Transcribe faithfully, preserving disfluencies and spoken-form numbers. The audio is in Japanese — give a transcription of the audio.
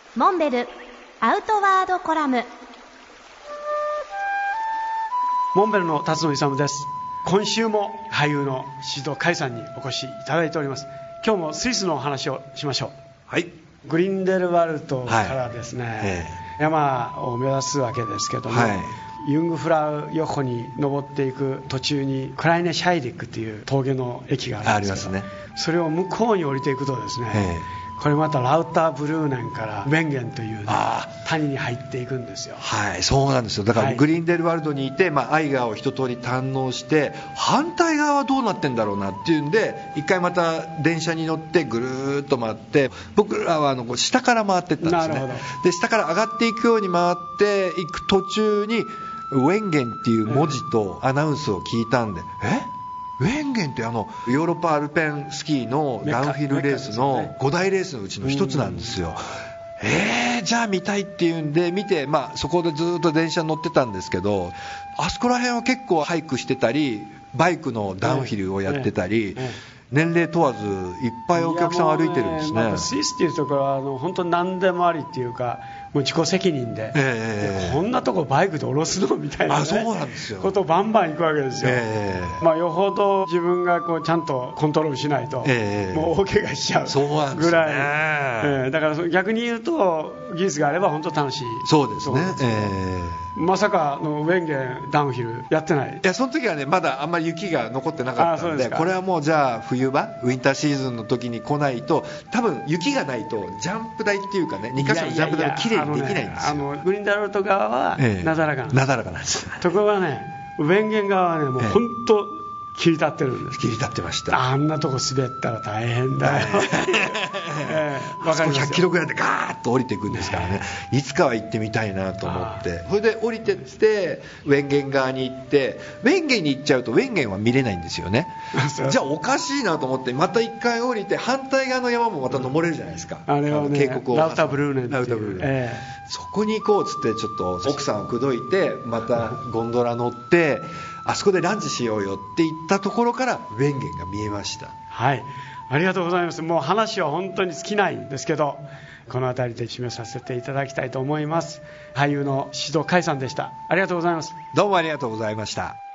モンベルアウトワードコラム。 モンベルの辰野勇です。今週も俳優の宍戸海さんにお越しいただいております。今日もスイスのお話をしましょう。 はい。 グリンデルワルトからですね、はいえー、山を目指すわけですけども、はい、ユングフラウ横に登っていく途中にクライネシャイリックという峠の駅があるんですけど、ありますね、それを向こうに降りていくとですね、えーこれまたラウターブルーネンからウェンゲンという、ね、谷に入っていくんですよ。 はい、そうなんですよ。だからグリンデルワルドにいて、まあ、アイガーを一通り堪能して反対側はどうなってんだろうなっていうんで一回また電車に乗ってぐるーっと回って、僕らはあの下から回っていったんですね。なるほど。で下から上がっていくように回っていく途中にウェンゲンっていう文字とアナウンスを聞いたんで、えウェンゲンってあのヨーロッパアルペンスキーのダウンヒルレースのご大レースのうちの一つなんですよ。えー、じゃあ見たいっていうんで見て、まあ、そこでずっと電車に乗ってたんですけど、あそこら辺は結構ハイクしてたりバイクのダウンヒルをやってたり、年齢問わずいっぱいお客さん歩いてるんですね。 まあ、スイスっていうところはあの本当に何でもありっていうかもう自己責任で、えー、こんなとこバイクで降ろすのみたいな、ね、 あそうなんですよことをバンバン行くわけですよ、えーまあ、よほど自分がこうちゃんとコントロールしないと、えー、もう大怪我しちゃうぐらい、ねえー、だから逆に言うと技術があれば本当楽しい。 そうですね、えー、まさかのウェンゲンダウンヒルやってない。 いやその時はねまだあんまり雪が残ってなかったの で, でこれはもうじゃあ冬場ウィンターシーズンの時に来ないと多分雪がないとジャンプ台っていうかねにか所のジャンプ台がきれいにできないんですよ。 あの、ね、あのグリーンダルト側はなだらかなんです、ええ、 なだらかなんですところがねウェンゲン側はねもう本当、ええ切り立ってるんです。 切り立ってました。 あんなとこ滑ったら大変だよ、 えー、分かりますよ。ひゃっキロぐらいでガーッと降りていくんですからね、いつかは行ってみたいなと思って、それで降りてってウェンゲン側に行って、ウェンゲンに行っちゃうとウェンゲンは見れないんですよねじゃあおかしいなと思ってまた一回降りて反対側の山もまた登れるじゃないですか、 うん、あれはね、 渓谷をラウタブルーネンっていう、 ラウタブルーネン、えー、そこに行こうっつってちょっと奥さんを口説いてまたゴンドラ乗ってあそこでランチしようよって言ったところからウェンゲンが見えました。 はい、ありがとうございます。もう話は本当に尽きないんですけどこの辺りで締めさせていただきたいと思います。俳優の宍戸海さんでした。ありがとうございます。 どうもありがとうございました。